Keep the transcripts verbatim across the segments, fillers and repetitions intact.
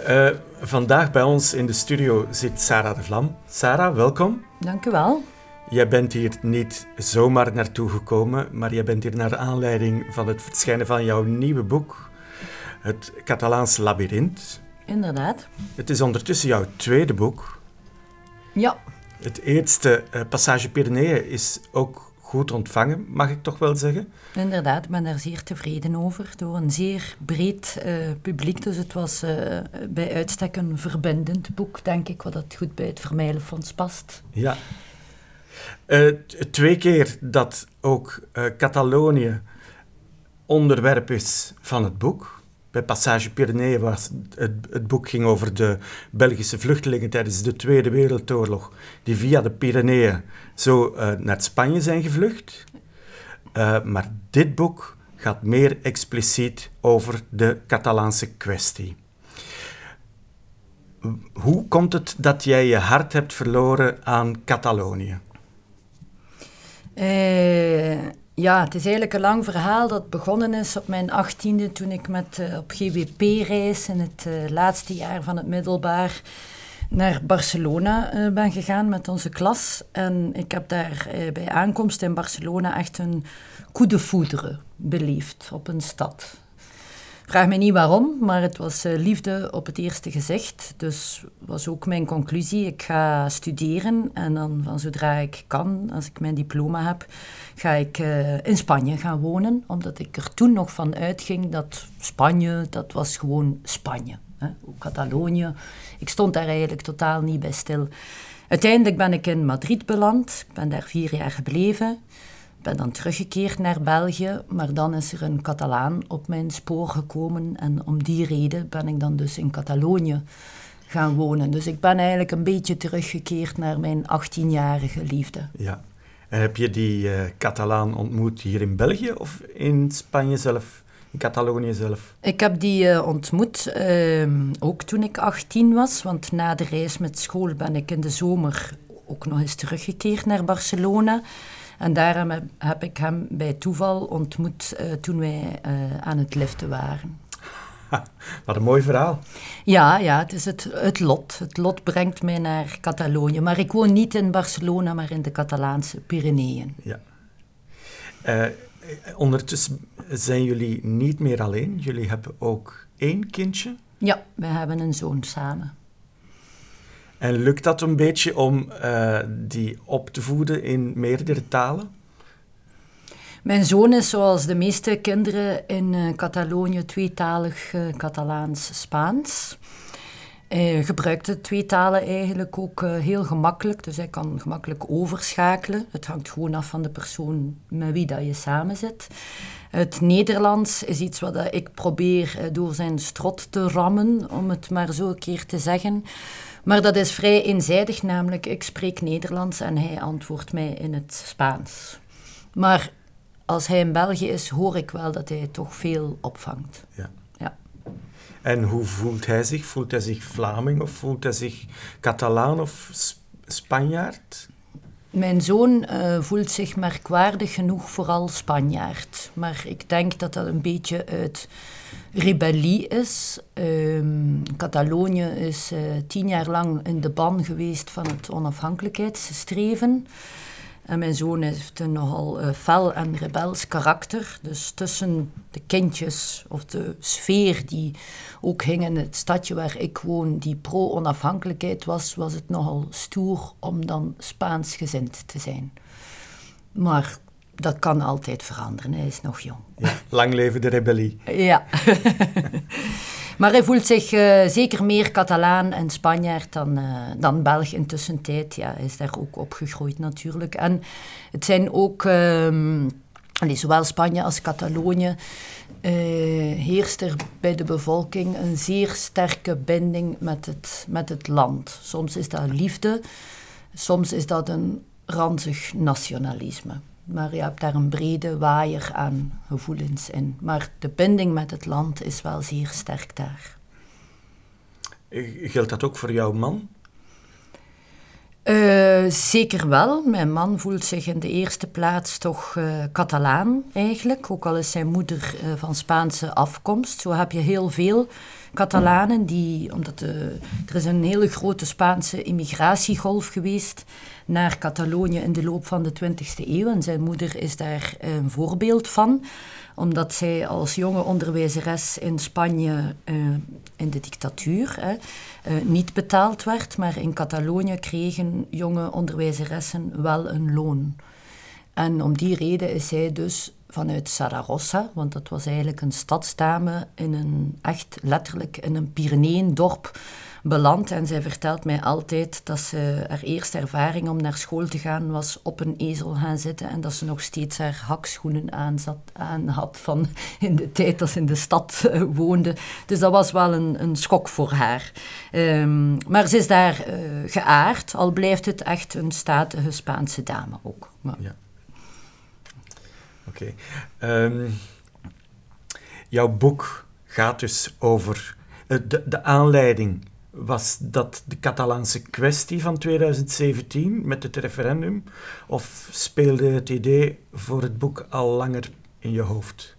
Uh, vandaag bij ons in de studio zit Sarah de Vlam. Sarah, welkom. Dank u wel. Jij bent hier niet zomaar naartoe gekomen, maar jij bent hier naar aanleiding van het verschijnen van jouw nieuwe boek, Het Catalaans Labyrinth. Inderdaad. Het is ondertussen jouw tweede boek. Ja. Het eerste, uh, Passage Pyreneeën, is ook goed ontvangen, mag ik toch wel zeggen? Inderdaad, ik ben daar zeer tevreden over. Door een zeer breed uh, publiek. Dus het was uh, bij uitstek een verbindend boek, denk ik, wat het goed bij het Vermeijenfonds past. Ja. Uh, twee keer dat ook uh, Catalonië onderwerp is van het boek. Bij Passage Pyreneeën was het, het boek ging over de Belgische vluchtelingen tijdens de Tweede Wereldoorlog, die via de Pyreneeën zo uh, naar Spanje zijn gevlucht. Uh, maar dit boek gaat meer expliciet over de Catalaanse kwestie. Hoe komt het dat jij je hart hebt verloren aan Catalonië? Uh, ja, het is eigenlijk een lang verhaal dat begonnen is op mijn achttiende toen ik met, uh, op G W P-reis in het uh, laatste jaar van het middelbaar naar Barcelona uh, ben gegaan met onze klas. En ik heb daar uh, bij aankomst in Barcelona echt een coup de foudre beleefd op een stad. Vraag me niet waarom, maar het was uh, liefde op het eerste gezicht. Dus was ook mijn conclusie. Ik ga studeren en dan van zodra ik kan, als ik mijn diploma heb, ga ik uh, in Spanje gaan wonen. Omdat ik er toen nog van uitging dat Spanje, dat was gewoon Spanje. Hè? Ook Catalonië. Ik stond daar eigenlijk totaal niet bij stil. Uiteindelijk ben ik in Madrid beland. Ik ben daar vier jaar gebleven. Ik ben dan teruggekeerd naar België, maar dan is er een Catalaan op mijn spoor gekomen en om die reden ben ik dan dus in Catalonië gaan wonen. Dus ik ben eigenlijk een beetje teruggekeerd naar mijn achttienjarige liefde. Ja, en heb je die uh, Catalaan ontmoet hier in België of in Spanje zelf, in Catalonië zelf? Ik heb die uh, ontmoet, uh, ook toen ik achttien was, want na de reis met school ben ik in de zomer ook nog eens teruggekeerd naar Barcelona. En daarom heb, heb ik hem bij toeval ontmoet uh, toen wij uh, aan het liften waren. Ha, wat een mooi verhaal. Ja, ja, het is het, het lot. Het lot brengt mij naar Catalonië. Maar ik woon niet in Barcelona, maar in de Catalaanse Pyreneeën. Ja. Uh, ondertussen zijn jullie niet meer alleen. Jullie hebben ook één kindje. Ja, we hebben een zoon samen. En lukt dat een beetje om uh, die op te voeden in meerdere talen? Mijn zoon is zoals de meeste kinderen in uh, Catalonië tweetalig uh, Catalaans-Spaans. Hij gebruikt de twee talen eigenlijk ook uh, heel gemakkelijk, dus hij kan gemakkelijk overschakelen. Het hangt gewoon af van de persoon met wie dat je samen zit. Het Nederlands is iets wat ik probeer uh, door zijn strot te rammen, om het maar zo een keer te zeggen. Maar dat is vrij eenzijdig, namelijk ik spreek Nederlands en hij antwoordt mij in het Spaans. Maar als hij in België is, hoor ik wel dat hij toch veel opvangt. Ja. Ja. En hoe voelt hij zich? Voelt hij zich Vlaming of voelt hij zich Catalaan of Sp- Spanjaard? Mijn zoon uh, voelt zich merkwaardig genoeg vooral Spanjaard. Maar ik denk dat dat een beetje uit rebellie is. Um, Catalonië is uh, tien jaar lang in de ban geweest van het onafhankelijkheidsstreven. En mijn zoon heeft een nogal uh, fel en rebels karakter. Dus tussen de kindjes of de sfeer die ook hing in het stadje waar ik woon, die pro-onafhankelijkheid was, was het nogal stoer om dan Spaansgezind te zijn. Maar dat kan altijd veranderen, hij is nog jong. Ja, lang leven de rebellie. Ja. Maar hij voelt zich uh, zeker meer Catalaan en Spanjaard dan, uh, dan Belg in tussentijd. Ja, hij is daar ook opgegroeid natuurlijk. En het zijn ook, um, allee, zowel Spanje als Catalonië, uh, heerst er bij de bevolking een zeer sterke binding met het, met het land. Soms is dat liefde, soms is dat een ranzig nationalisme. Maar je hebt daar een brede waaier aan gevoelens in. Maar de binding met het land is wel zeer sterk daar. Geldt dat ook voor jouw man? Uh, zeker wel. Mijn man voelt zich in de eerste plaats toch uh, Catalaan eigenlijk. Ook al is zijn moeder uh, van Spaanse afkomst. Zo heb je heel veel Catalanen die... Omdat de, er is een hele grote Spaanse immigratiegolf geweest naar Catalonië in de loop van de twintigste eeuw. En zijn moeder is daar een voorbeeld van. Omdat zij als jonge onderwijzeres in Spanje uh, in de dictatuur hè, uh, niet betaald werd. Maar in Catalonië kregen jonge onderwijzeressen wel een loon. En om die reden is zij dus vanuit Saragossa, want dat was eigenlijk een stadsdame in een echt letterlijk in een Pyreneeëndorp beland. En zij vertelt mij altijd dat ze haar eerste ervaring om naar school te gaan was op een ezel gaan zitten en dat ze nog steeds haar hakschoenen aan, zat, aan had van in de tijd dat ze in de stad uh, woonde. Dus dat was wel een, een schok voor haar. Um, maar ze is daar uh, geaard, al blijft het echt een statige Spaanse dame ook. Maar, ja. Oké. Okay. Um, jouw boek gaat dus over... Uh, de, de aanleiding was dat de Catalaanse kwestie van twintig zeventien met het referendum? Of speelde het idee voor het boek al langer in je hoofd?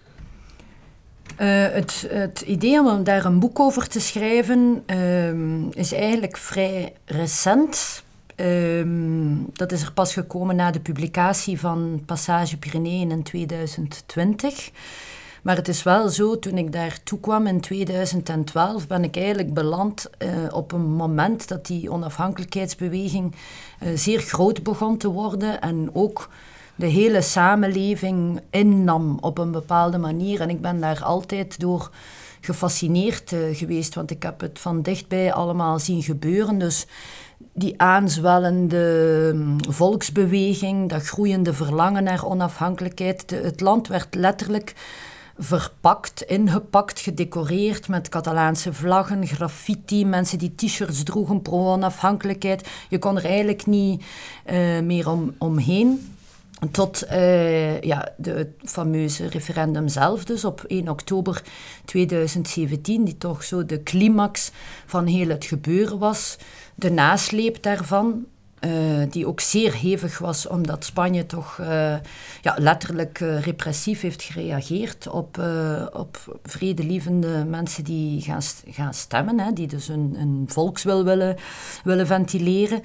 Uh, het, het idee om daar een boek over te schrijven uh, is eigenlijk vrij recent. Um, dat is er pas gekomen na de publicatie van Passage Pyreneeën in tweeduizend twintig. Maar het is wel zo, toen ik daartoe kwam in tweeduizend twaalf, ben ik eigenlijk beland uh, op een moment dat die onafhankelijkheidsbeweging uh, zeer groot begon te worden en ook de hele samenleving innam op een bepaalde manier. En ik ben daar altijd door gefascineerd uh, geweest, want ik heb het van dichtbij allemaal zien gebeuren. Dus die aanzwellende volksbeweging, dat groeiende verlangen naar onafhankelijkheid. De, het land werd letterlijk verpakt, ingepakt, gedecoreerd met Catalaanse vlaggen, graffiti, mensen die t-shirts droegen pro-onafhankelijkheid. Je kon er eigenlijk niet uh, meer om, omheen. Tot uh, ja, de, het fameuze referendum zelf, dus op één oktober tweeduizend zeventien, die toch zo de climax van heel het gebeuren was. De nasleep daarvan, uh, die ook zeer hevig was, omdat Spanje toch uh, ja, letterlijk uh, repressief heeft gereageerd op, uh, op vredelievende mensen die gaan, gaan stemmen, hè, die dus een, een volkswil willen, willen ventileren.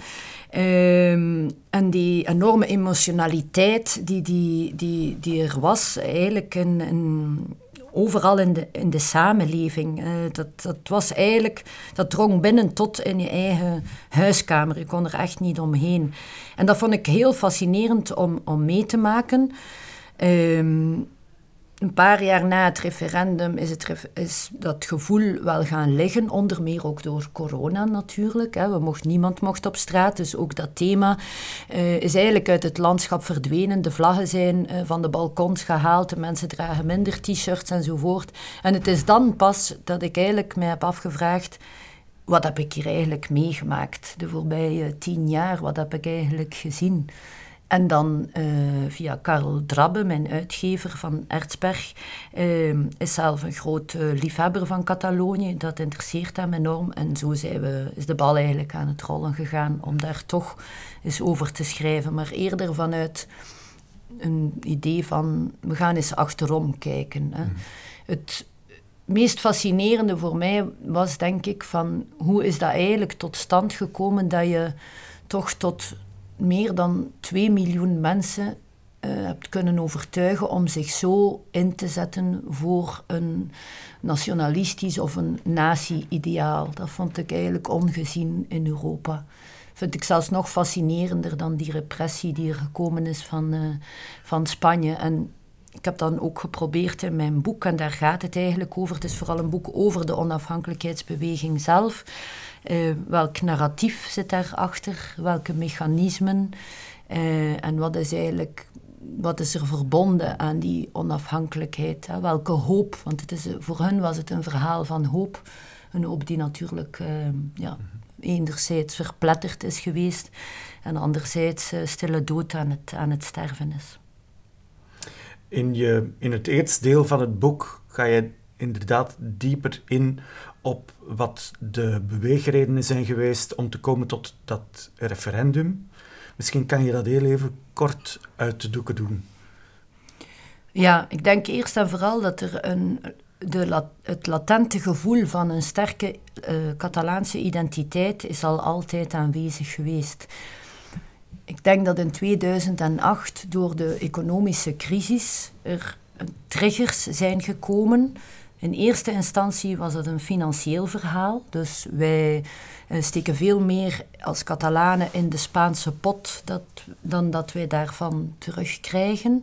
Um, en die enorme emotionaliteit die, die, die, die er was, eigenlijk in, in, overal in de, in de samenleving. Uh, dat, dat was eigenlijk, dat drong binnen tot in je eigen huiskamer. Je kon er echt niet omheen. En dat vond ik heel fascinerend om, om mee te maken. Um, Een paar jaar na het referendum is, het, is dat gevoel wel gaan liggen, onder meer ook door corona natuurlijk. Hè. We mocht, niemand mocht op straat, dus ook dat thema uh, is eigenlijk uit het landschap verdwenen. De vlaggen zijn uh, van de balkons gehaald, de mensen dragen minder t-shirts enzovoort. En het is dan pas dat ik eigenlijk mij heb afgevraagd, wat heb ik hier eigenlijk meegemaakt de voorbije tien jaar? Wat heb ik eigenlijk gezien? En dan uh, via Karel Drabbe, mijn uitgever van Erzberg, uh, is zelf een groot uh, liefhebber van Catalonië. Dat interesseert hem enorm. En zo zijn we, is de bal eigenlijk aan het rollen gegaan om daar toch eens over te schrijven. Maar eerder vanuit een idee van, we gaan eens achterom kijken. Hè. Mm. Het meest fascinerende voor mij was, denk ik, van hoe is dat eigenlijk tot stand gekomen dat je toch tot meer dan twee miljoen mensen uh, hebt kunnen overtuigen om zich zo in te zetten voor een nationalistisch of een nazi-ideaal. Dat vond ik eigenlijk ongezien in Europa. Vind ik zelfs nog fascinerender dan die repressie die er gekomen is van, uh, van Spanje. En ik heb dan ook geprobeerd in mijn boek, en daar gaat het eigenlijk over. Het is vooral een boek over de onafhankelijkheidsbeweging zelf. Uh, welk narratief zit daarachter? Welke mechanismen? Uh, en wat is eigenlijk, wat is er verbonden aan die onafhankelijkheid? Hè? Welke hoop? Want het is, voor hen was het een verhaal van hoop. Een hoop die natuurlijk uh, ja, enerzijds verpletterd is geweest en anderzijds uh, stille dood aan het, aan het sterven is. In, je, in het eerste deel van het boek ga je inderdaad dieper in op wat de beweegredenen zijn geweest om te komen tot dat referendum. Misschien kan je dat heel even kort uit de doeken doen. Ja, ik denk eerst en vooral dat er een, de, het latente gevoel van een sterke uh, Catalaanse identiteit is al altijd aanwezig geweest. Ik denk dat in tweeduizend acht door de economische crisis er triggers zijn gekomen. In eerste instantie was het een financieel verhaal. Dus wij uh, steken veel meer als Catalanen in de Spaanse pot dat, dan dat wij daarvan terugkrijgen.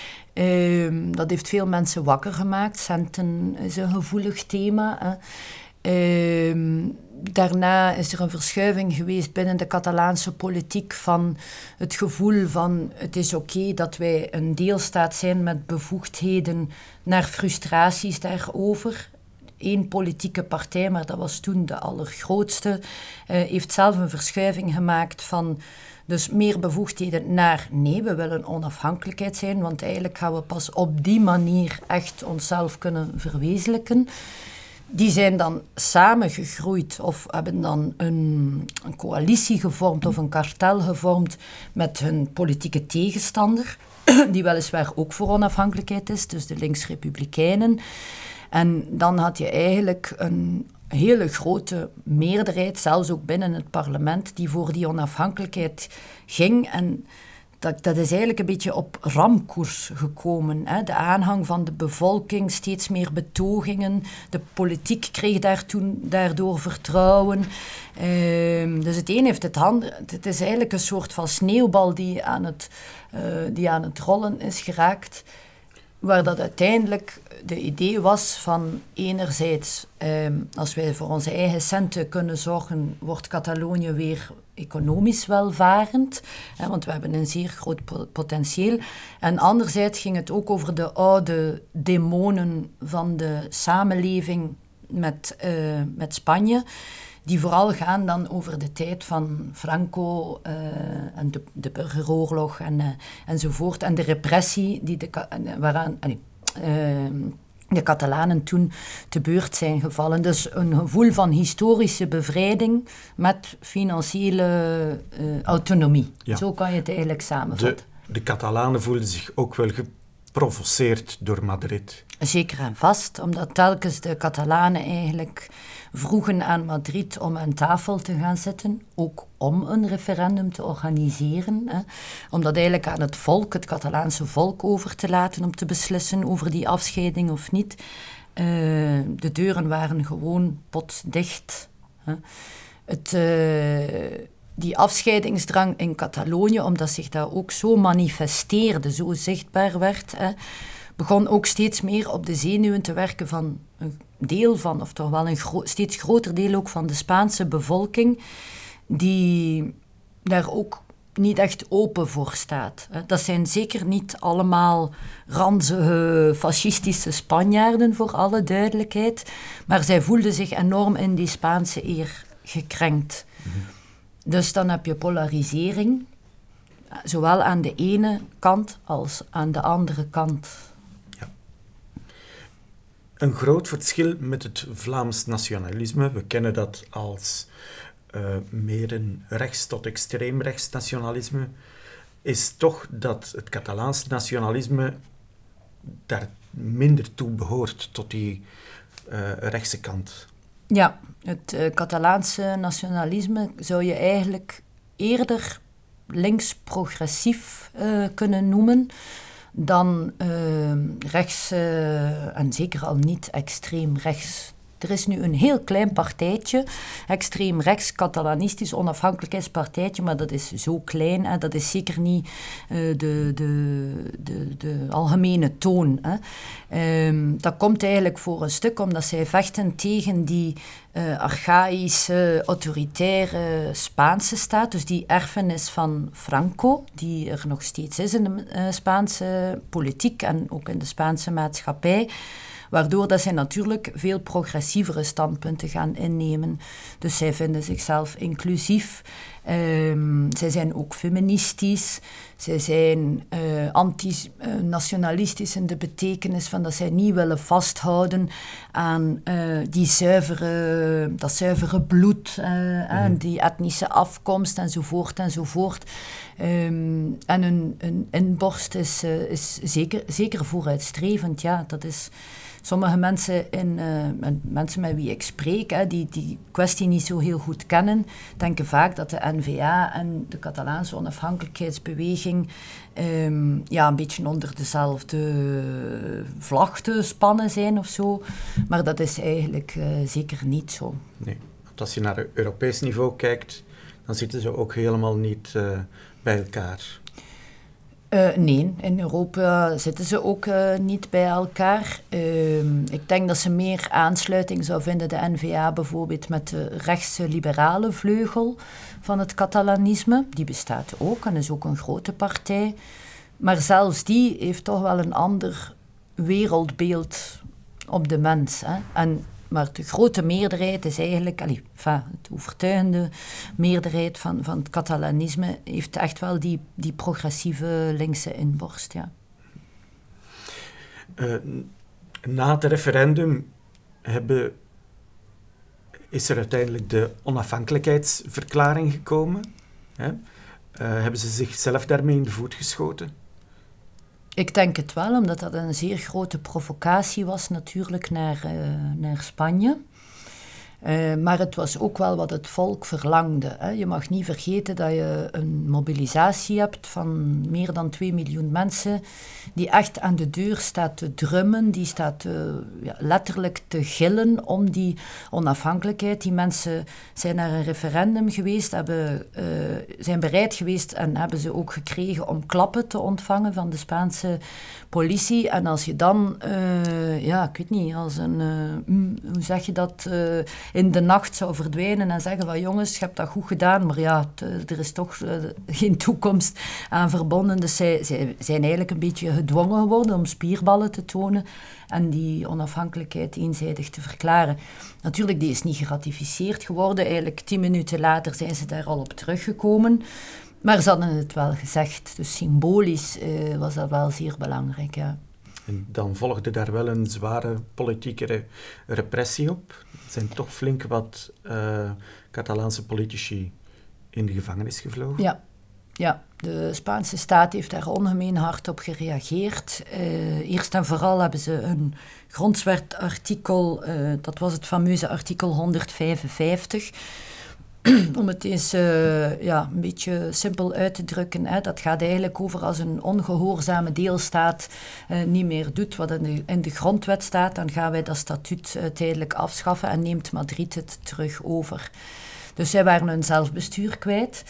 Uh, dat heeft veel mensen wakker gemaakt. Centen is een gevoelig thema. Hè. Uh, daarna is er een verschuiving geweest binnen de Catalaanse politiek van het gevoel van het is oké okay dat wij een deelstaat zijn met bevoegdheden naar frustraties daarover. Eén politieke partij, maar dat was toen de allergrootste, uh, heeft zelf een verschuiving gemaakt van dus meer bevoegdheden naar nee, we willen onafhankelijkheid zijn, want eigenlijk gaan we pas op die manier echt onszelf kunnen verwezenlijken. Die zijn dan samengegroeid of hebben dan een, een coalitie gevormd of een kartel gevormd met hun politieke tegenstander, die weliswaar ook voor onafhankelijkheid is, dus de links-republikeinen. En dan had je eigenlijk een hele grote meerderheid, zelfs ook binnen het parlement, die voor die onafhankelijkheid ging. En dat, dat is eigenlijk een beetje op ramkoers gekomen. Hè. De aanhang van de bevolking, steeds meer betogingen. De politiek kreeg daar toen, daardoor vertrouwen. Uh, dus het een heeft het ander. Het is eigenlijk een soort van sneeuwbal die aan het, uh, die aan het rollen is geraakt. Waar dat uiteindelijk de idee was van enerzijds, eh, als wij voor onze eigen centen kunnen zorgen, wordt Catalonië weer economisch welvarend, hè, want we hebben een zeer groot potentieel. En anderzijds ging het ook over de oude demonen van de samenleving met, uh, met Spanje, die vooral gaan dan over de tijd van Franco uh, en de, de burgeroorlog en, uh, enzovoort. En de repressie die de, waaraan uh, de Catalanen toen te beurt zijn gevallen. Dus een gevoel van historische bevrijding met financiële uh, autonomie. Ja. Zo kan je het eigenlijk samenvatten. De, de Catalanen voelden zich ook wel geprovoceerd door Madrid. Zeker en vast, omdat telkens de Catalanen eigenlijk vroegen aan Madrid om aan tafel te gaan zitten, ook om een referendum te organiseren. Hè. Om dat eigenlijk aan het volk, het Catalaanse volk, over te laten om te beslissen over die afscheiding of niet. Uh, de deuren waren gewoon potdicht. Hè. Het, uh, die afscheidingsdrang in Catalonië, omdat zich dat ook zo manifesteerde, zo zichtbaar werd, hè, begon ook steeds meer op de zenuwen te werken van een deel van, of toch wel een gro- steeds groter deel ook van de Spaanse bevolking, die daar ook niet echt open voor staat. Dat zijn zeker niet allemaal ranzige fascistische Spanjaarden, voor alle duidelijkheid, maar zij voelden zich enorm in die Spaanse eer gekrenkt. Mm-hmm. Dus dan heb je polarisering, zowel aan de ene kant als aan de andere kant. Een groot verschil met het Vlaams nationalisme, we kennen dat als uh, meer een rechts- tot extreemrechts nationalisme, is toch dat het Catalaanse nationalisme daar minder toe behoort, tot die uh, rechtse kant. Ja, het uh, Catalaanse nationalisme zou je eigenlijk eerder links-progressief uh, kunnen noemen dan uh, rechts, uh, en zeker al niet extreem rechts. Er is nu een heel klein partijtje, extreem rechts, Catalanistisch onafhankelijkheidspartijtje, maar dat is zo klein, hè, dat is zeker niet uh, de, de, de, de algemene toon. Hè. Um, dat komt eigenlijk voor een stuk omdat zij vechten tegen die uh, archaïsche, autoritaire Spaanse staat, dus die erfenis van Franco, die er nog steeds is in de uh, Spaanse politiek en ook in de Spaanse maatschappij. Waardoor dat zij natuurlijk veel progressievere standpunten gaan innemen. Dus zij vinden zichzelf inclusief. Um, zij zijn ook feministisch. Zij zijn uh, anti-nationalistisch in de betekenis van dat zij niet willen vasthouden aan uh, die zuivere, dat zuivere bloed, uh, mm-hmm. en die etnische afkomst enzovoort enzovoort. Um, en hun, hun inborst is, uh, is zeker, zeker vooruitstrevend. Ja, dat is... Sommige mensen, in, uh, mensen met wie ik spreek, hè, die die kwestie niet zo heel goed kennen, denken vaak dat de N V A en de Catalaanse onafhankelijkheidsbeweging um, ja, een beetje onder dezelfde vlag te spannen zijn of zo. Maar dat is eigenlijk uh, zeker niet zo. Nee, want als je naar Europees niveau kijkt, dan zitten ze ook helemaal niet uh, bij elkaar. Uh, nee, in Europa zitten ze ook uh, niet bij elkaar. Uh, ik denk dat ze meer aansluiting zou vinden, de N V A bijvoorbeeld, met de rechtse liberale vleugel van het Catalanisme. Die bestaat ook en is ook een grote partij. Maar zelfs die heeft toch wel een ander wereldbeeld op de mens. Hè? En Maar de grote meerderheid is eigenlijk, allee, enfin, de overtuigende meerderheid van, van het Catalanisme heeft echt wel die, die progressieve linkse inborst, ja. Uh, na het referendum hebben, is er uiteindelijk de onafhankelijkheidsverklaring gekomen. Hè? Uh, hebben ze zichzelf daarmee in de voet geschoten? Ik denk het wel, omdat dat een zeer grote provocatie was natuurlijk naar, uh, naar Spanje. Uh, maar het was ook wel wat het volk verlangde. Hè. Je mag niet vergeten dat je een mobilisatie hebt van meer dan twee miljoen mensen die echt aan de deur staat te drummen, die staat te, ja, letterlijk te gillen om die onafhankelijkheid. Die mensen zijn naar een referendum geweest, hebben, uh, zijn bereid geweest en hebben ze ook gekregen om klappen te ontvangen van de Spaanse politie. En als je dan, uh, ja, ik weet niet, als een, uh, mm, hoe zeg je dat, uh, in de nacht zou verdwijnen en zeggen van jongens, je hebt dat goed gedaan, maar ja, t, er is toch uh, geen toekomst aan verbonden. Dus zij, zij zijn eigenlijk een beetje gedwongen geworden om spierballen te tonen en die onafhankelijkheid eenzijdig te verklaren. Natuurlijk, die is niet geratificeerd geworden. Eigenlijk tien minuten later zijn ze daar al op teruggekomen. Maar ze hadden het wel gezegd. Dus symbolisch uh, was dat wel zeer belangrijk, ja. En dan volgde daar wel een zware politieke re- repressie op. Er zijn toch flink wat uh, Catalaanse politici in de gevangenis gevlogen. Ja, ja, de Spaanse staat heeft daar ongemeen hard op gereageerd. Uh, eerst en vooral hebben ze een grondwetartikel, uh, dat was het fameuze artikel honderdvijfenvijftig... Om het eens uh, ja, een beetje simpel uit te drukken. Hè. Dat gaat eigenlijk over als een ongehoorzame deelstaat uh, niet meer doet wat in de, in de grondwet staat, dan gaan wij dat statuut uh, tijdelijk afschaffen en neemt Madrid het terug over. Dus zij waren hun zelfbestuur kwijt.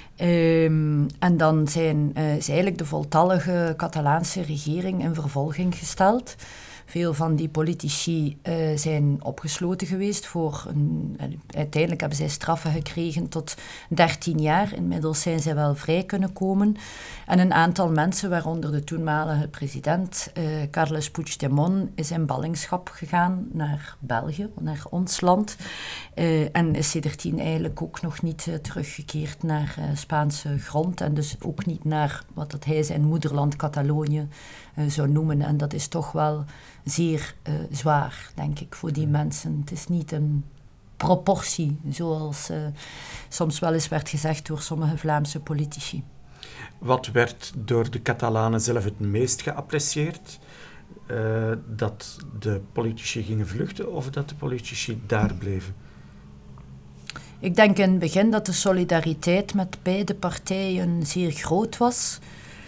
Um, en dan zijn, uh, is eigenlijk de voltallige Catalaanse regering in vervolging gesteld. Veel van die politici uh, zijn opgesloten geweest. Voor een, uiteindelijk hebben zij straffen gekregen tot dertien jaar. Inmiddels zijn zij wel vrij kunnen komen. En een aantal mensen, waaronder de toenmalige president uh, Carles Puigdemont, is in ballingschap gegaan naar België, naar ons land. Uh, en is sindsdien eigenlijk ook nog niet uh, teruggekeerd naar uh, Spaanse grond. En dus ook niet naar wat dat hij zijn moederland Catalonië uh, zou noemen. En dat is toch wel zeer uh, zwaar, denk ik, voor die mensen. Het is niet een proportie, zoals uh, soms wel eens werd gezegd door sommige Vlaamse politici. Wat werd door de Catalanen zelf het meest geapprecieerd? Uh, dat de politici gingen vluchten of dat de politici daar bleven? Ik denk in het begin dat de solidariteit met beide partijen zeer groot was.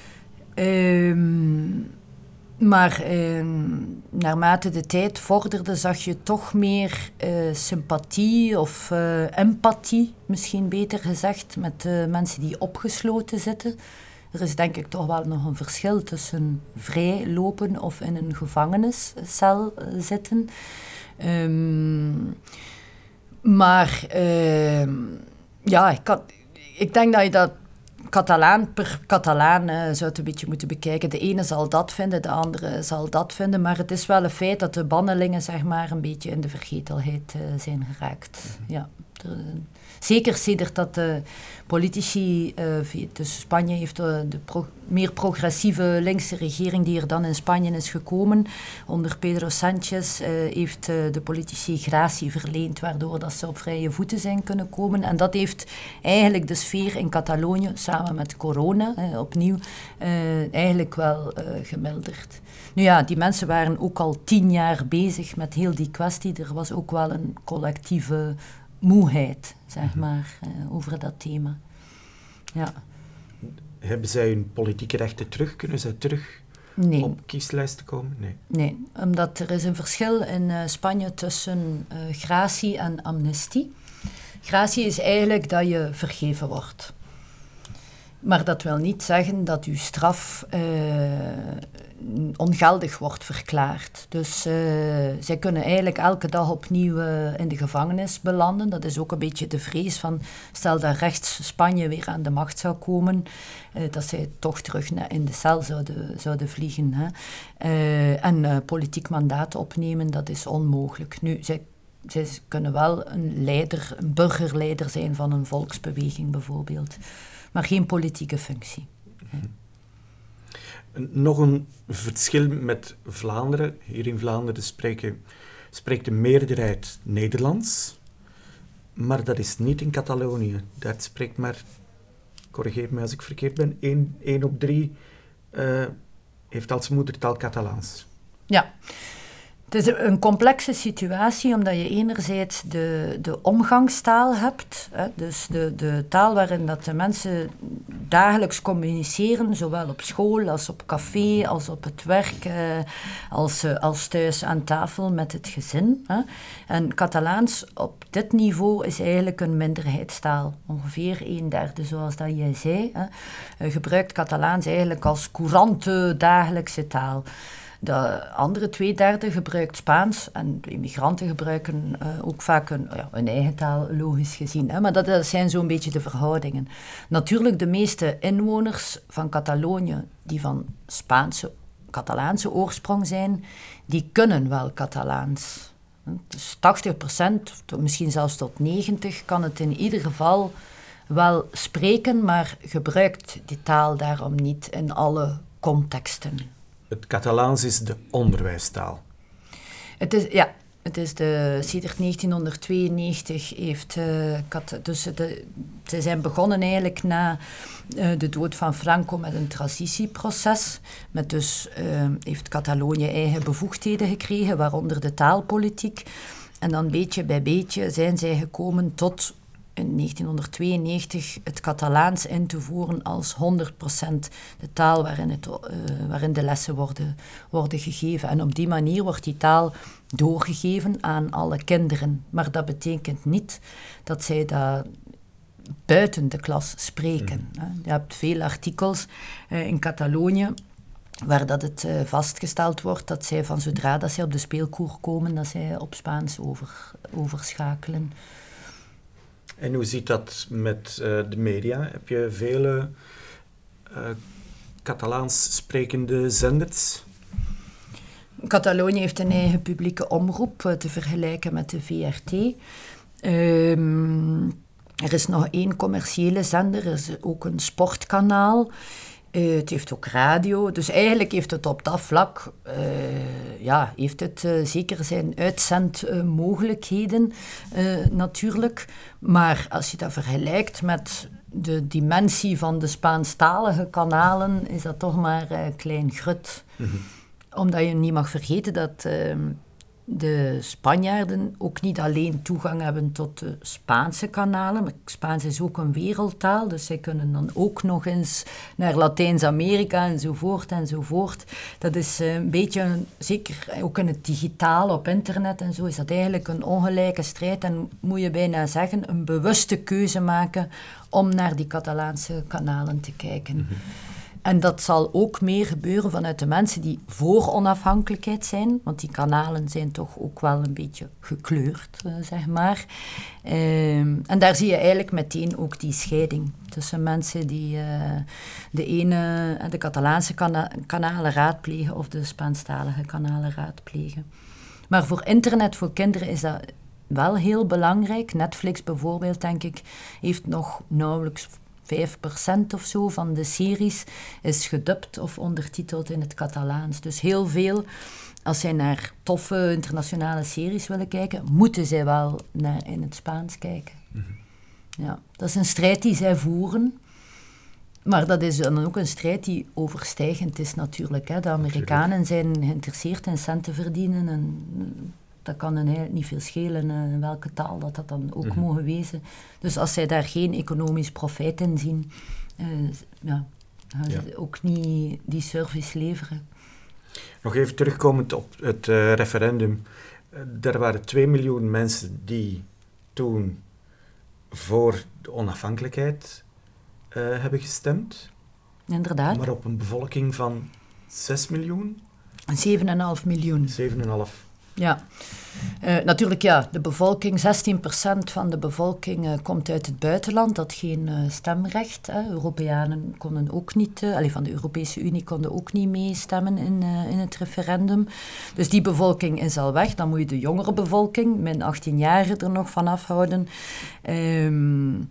Um, Maar eh, naarmate de tijd vorderde, zag je toch meer uh, sympathie of uh, empathie, misschien beter gezegd, met uh, mensen die opgesloten zitten. Er is denk ik toch wel nog een verschil tussen vrij lopen of in een gevangeniscel uh, zitten. Um, maar uh, ja, ik, had, ik denk dat je dat Catalaan per Catalaan uh, zou het een beetje moeten bekijken. De ene zal dat vinden, de andere zal dat vinden. Maar het is wel een feit dat de bannelingen zeg maar, een beetje in de vergetelheid uh, zijn geraakt. Mm-hmm. Ja, er, zeker sedert dat de politici, uh, dus Spanje heeft de, de pro, meer progressieve linkse regering die er dan in Spanje is gekomen. Onder Pedro Sánchez uh, heeft uh, de politici gratie verleend, waardoor dat ze op vrije voeten zijn kunnen komen. En dat heeft eigenlijk de sfeer in Catalonië, samen met corona, uh, opnieuw, uh, eigenlijk wel uh, gemilderd. Nu ja, die mensen waren ook al tien jaar bezig met heel die kwestie. Er was ook wel een collectieve moeheid, zeg maar, uh, over dat thema. Ja. Hebben zij hun politieke rechten terug? Kunnen zij terug nee. op kieslijsten komen? Nee. Nee, omdat er is een verschil in uh, Spanje tussen uh, gratie en amnestie. Gratie is eigenlijk dat je vergeven wordt. Maar dat wil niet zeggen dat uw straf uh, ongeldig wordt verklaard. Dus uh, zij kunnen eigenlijk elke dag opnieuw uh, in de gevangenis belanden. Dat is ook een beetje de vrees van, stel dat rechts Spanje weer aan de macht zou komen, uh, dat zij toch terug in de cel zouden, zouden vliegen. Hè. Uh, en uh, politiek mandaat opnemen, dat is onmogelijk. Nu, zij Zij kunnen wel een leider, een burgerleider zijn van een volksbeweging bijvoorbeeld. Maar geen politieke functie. Nee. Nog een verschil met Vlaanderen. Hier in Vlaanderen spreken, spreekt de meerderheid Nederlands. Maar dat is niet in Catalonië. Daar spreekt maar, corrigeer me als ik verkeerd ben, één, één op drie uh, heeft als moedertaal Catalaans. Ja. Het is een complexe situatie, omdat je enerzijds de, de omgangstaal hebt, hè, dus de, de taal waarin dat de mensen dagelijks communiceren, zowel op school als op café, als op het werk, eh, als, als thuis aan tafel met het gezin. Hè. En Catalaans op dit niveau is eigenlijk een minderheidstaal, ongeveer een derde, zoals dat jij zei. Hè. Uh, gebruikt Catalaans eigenlijk als courante dagelijkse taal. De andere twee derde gebruikt Spaans en de immigranten gebruiken uh, ook vaak hun, ja, hun eigen taal, logisch gezien. Hè? Maar dat, dat zijn zo'n beetje de verhoudingen. Natuurlijk, de meeste inwoners van Catalonië, die van Spaanse, Catalaanse oorsprong zijn, die kunnen wel Catalaans. Dus tachtig procent, misschien zelfs tot negentig, kan het in ieder geval wel spreken, maar gebruikt die taal daarom niet in alle contexten. Het Catalaans is de onderwijstaal. Het is, ja, het is de, sedert negentienhonderdtweeënnegentig heeft, uh, kat, dus de, ze zijn begonnen eigenlijk na uh, de dood van Franco met een transitieproces. Met dus uh, heeft Catalonië eigen bevoegdheden gekregen, waaronder de taalpolitiek. En dan beetje bij beetje zijn zij gekomen tot in negentienhonderdtweeënnegentig het Catalaans in te voeren als honderd procent de taal waarin, het, uh, waarin de lessen worden, worden gegeven. En op die manier wordt die taal doorgegeven aan alle kinderen. Maar dat betekent niet dat zij dat buiten de klas spreken. Mm. Je hebt veel artikels uh, in Catalonië waar dat het uh, vastgesteld wordt dat zij van zodra dat zij op de speelkoer komen, dat zij op Spaans over, overschakelen. En hoe zit dat met uh, de media? Heb je vele uh, Catalaans sprekende zenders? Catalonië heeft een eigen publieke omroep, uh, te vergelijken met de V R T. Um, er is nog één commerciële zender, er is ook een sportkanaal. Uh, het heeft ook radio, dus eigenlijk heeft het op dat vlak uh, ja, heeft het, uh, zeker zijn uitzendmogelijkheden uh, natuurlijk. Maar als je dat vergelijkt met de dimensie van de Spaanstalige kanalen, is dat toch maar uh, klein grut. Mm-hmm. Omdat je niet mag vergeten dat uh, de Spanjaarden ook niet alleen toegang hebben tot de Spaanse kanalen, maar Spaans is ook een wereldtaal, dus zij kunnen dan ook nog eens naar Latijns-Amerika enzovoort enzovoort. Dat is een beetje, een, zeker ook in het digitaal op internet en zo, is dat eigenlijk een ongelijke strijd en moet je bijna zeggen een bewuste keuze maken om naar die Catalaanse kanalen te kijken. Mm-hmm. En dat zal ook meer gebeuren vanuit de mensen die voor onafhankelijkheid zijn, want die kanalen zijn toch ook wel een beetje gekleurd, uh, zeg maar. Um, en daar zie je eigenlijk meteen ook die scheiding tussen mensen die uh, de ene, de Catalaanse kana- kanalen raadplegen of de Spaanstalige kanalen raadplegen. Maar voor internet, voor kinderen is dat wel heel belangrijk. Netflix bijvoorbeeld, denk ik, heeft nog nauwelijks vijf procent of zo van de series is gedubt of ondertiteld in het Catalaans. Dus heel veel, als zij naar toffe internationale series willen kijken, moeten zij wel naar in het Spaans kijken. Mm-hmm. Ja, dat is een strijd die zij voeren. Maar dat is dan ook een strijd die overstijgend is natuurlijk. Hè. De Amerikanen zijn geïnteresseerd in centen verdienen en dat kan hen eigenlijk niet veel schelen uh, in welke taal dat, dat dan ook mm-hmm. mogen wezen. Dus als zij daar geen economisch profijt in zien, uh, ja, gaan ze ja. ook niet die service leveren. Nog even terugkomend op het uh, referendum. Uh, er waren twee miljoen mensen die toen voor de onafhankelijkheid uh, hebben gestemd. Inderdaad. Maar op een bevolking van zes miljoen? zeven komma vijf miljoen. zeven komma vijf. Ja, uh, natuurlijk ja, de bevolking, zestien procent van de bevolking uh, komt uit het buitenland, dat geen uh, stemrecht. Hè. Europeanen konden ook niet, uh, allez, van de Europese Unie konden ook niet meestemmen in, uh, in het referendum. Dus die bevolking is al weg, dan moet je de jongere bevolking, min achttien-jarigen er nog van afhouden. Um,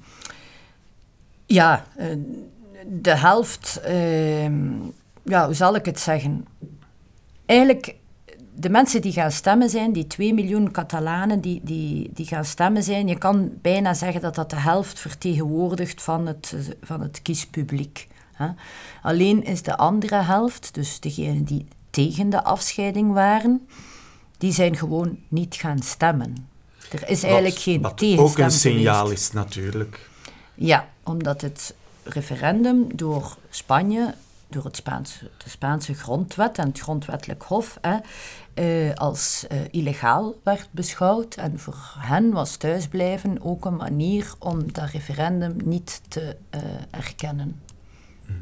ja, uh, de helft, uh, ja, hoe zal ik het zeggen? Eigenlijk... De mensen die gaan stemmen zijn, die twee miljoen Catalanen die, die, die gaan stemmen zijn, je kan bijna zeggen dat dat de helft vertegenwoordigt van het, van het kiespubliek. Hè. Alleen is de andere helft, dus degenen die tegen de afscheiding waren, die zijn gewoon niet gaan stemmen. Er is eigenlijk wat, geen wat tegenstem ook een signaal geweest. Is natuurlijk. Ja, omdat het referendum door Spanje... door het Spaanse, de Spaanse grondwet en het grondwettelijk hof hè, uh, als uh, illegaal werd beschouwd. En voor hen was thuisblijven ook een manier om dat referendum niet te uh, erkennen. Hmm.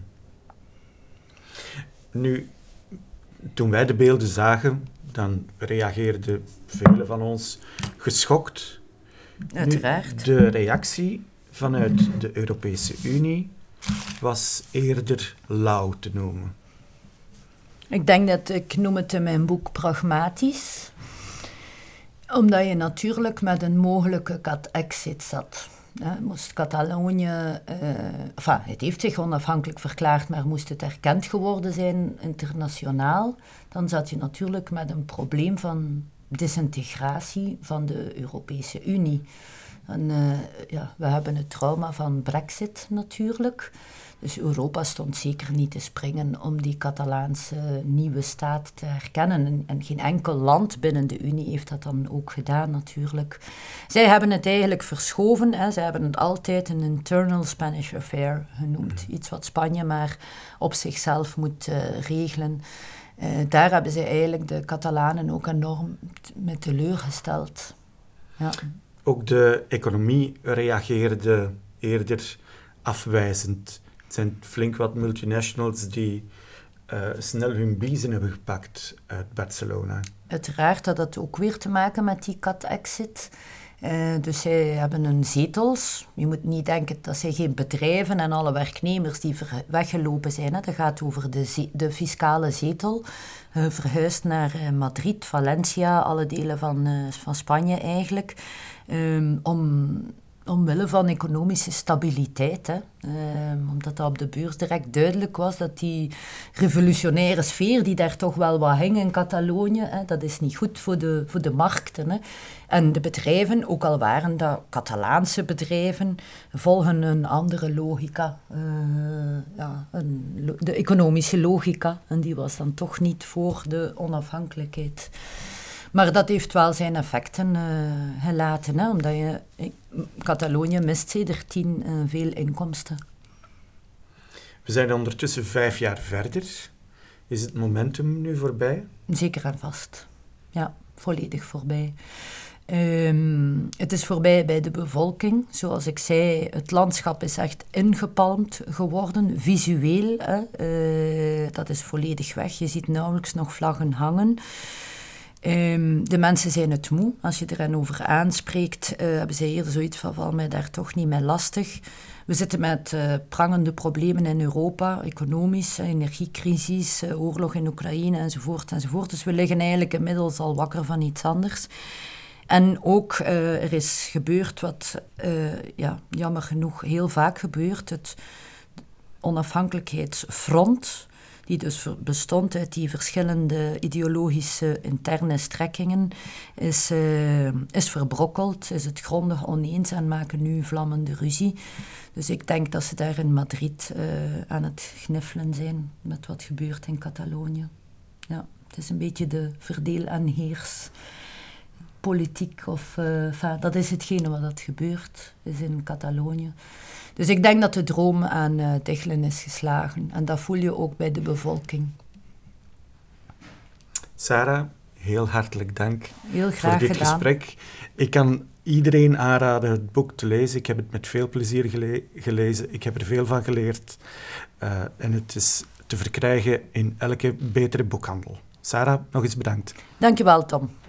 Nu, toen wij de beelden zagen, dan reageerden velen van ons geschokt. Uiteraard. Nu, de reactie vanuit de Europese Unie was eerder lauw te noemen. Ik denk dat, ik noem het in mijn boek pragmatisch, omdat je natuurlijk met een mogelijke cat-exit zat. Ja, moest Catalonië, uh, enfin, het heeft zich onafhankelijk verklaard, maar moest het erkend geworden zijn internationaal, dan zat je natuurlijk met een probleem van disintegratie van de Europese Unie. En, uh, ja, we hebben het trauma van Brexit natuurlijk. Dus Europa stond zeker niet te springen om die Catalaanse nieuwe staat te erkennen. En, en geen enkel land binnen de Unie heeft dat dan ook gedaan natuurlijk. Zij hebben het eigenlijk verschoven. Hè. Zij hebben het altijd een internal Spanish affair genoemd. Iets wat Spanje maar op zichzelf moet uh, regelen. Uh, daar hebben zij eigenlijk de Catalanen ook enorm mee teleurgesteld. Ja. Ook de economie reageerde eerder afwijzend. Het zijn flink wat multinationals die uh, snel hun biezen hebben gepakt uit Barcelona. Uiteraard had dat ook weer te maken met die cat-exit. Uh, dus zij hebben hun zetels. Je moet niet denken dat zij geen bedrijven en alle werknemers die ver- weggelopen zijn. Hè. Dat gaat over de, ze- de fiscale zetel. Uh, verhuisd naar uh, Madrid, Valencia, alle delen van, uh, van Spanje eigenlijk. Um, om, omwille van economische stabiliteit. Hè. Um, omdat dat op de beurs direct duidelijk was dat die revolutionaire sfeer die daar toch wel wat hing in Catalonië, hè, dat is niet goed voor de, voor de markten. Hè. En de bedrijven, ook al waren dat Catalaanse bedrijven, volgen een andere logica. Uh, ja, een, de economische logica. En die was dan toch niet voor de onafhankelijkheid. Maar dat heeft wel zijn effecten uh, gelaten, hè, omdat je, Catalonië mist sedertien uh, veel inkomsten. We zijn ondertussen vijf jaar verder. Is het momentum nu voorbij? Zeker en vast. Ja, volledig voorbij. Um, het is voorbij bij de bevolking. Zoals ik zei, het landschap is echt ingepalmd geworden, visueel. Hè. Uh, dat is volledig weg. Je ziet nauwelijks nog vlaggen hangen. Um, de mensen zijn het moe. Als je er hen over aanspreekt, uh, hebben zij eerder zoiets van, val mij daar toch niet mee lastig. We zitten met uh, prangende problemen in Europa, economisch, energiecrisis, uh, oorlog in Oekraïne enzovoort enzovoort. Dus we liggen eigenlijk inmiddels al wakker van iets anders. En ook, uh, er is gebeurd wat, uh, ja, jammer genoeg heel vaak gebeurt, het onafhankelijkheidsfront, die dus bestond uit die verschillende ideologische interne strekkingen, is, uh, is verbrokkeld, is het grondig oneens en maken nu vlammende ruzie. Dus ik denk dat ze daar in Madrid uh, aan het gniffelen zijn met wat gebeurt in Catalonië. Ja, het is een beetje de verdeel en heers politiek, of uh, enfin, dat is hetgene wat dat gebeurt, is in Catalonië. Dus ik denk dat de droom aan uh, diggelen is geslagen. En dat voel je ook bij de bevolking. Sarah, heel hartelijk dank heel graag voor dit gedaan. gesprek. Ik kan iedereen aanraden het boek te lezen. Ik heb het met veel plezier gele- gelezen. Ik heb er veel van geleerd. Uh, en het is te verkrijgen in elke betere boekhandel. Sarah, nog eens bedankt. Dank je wel, Tom.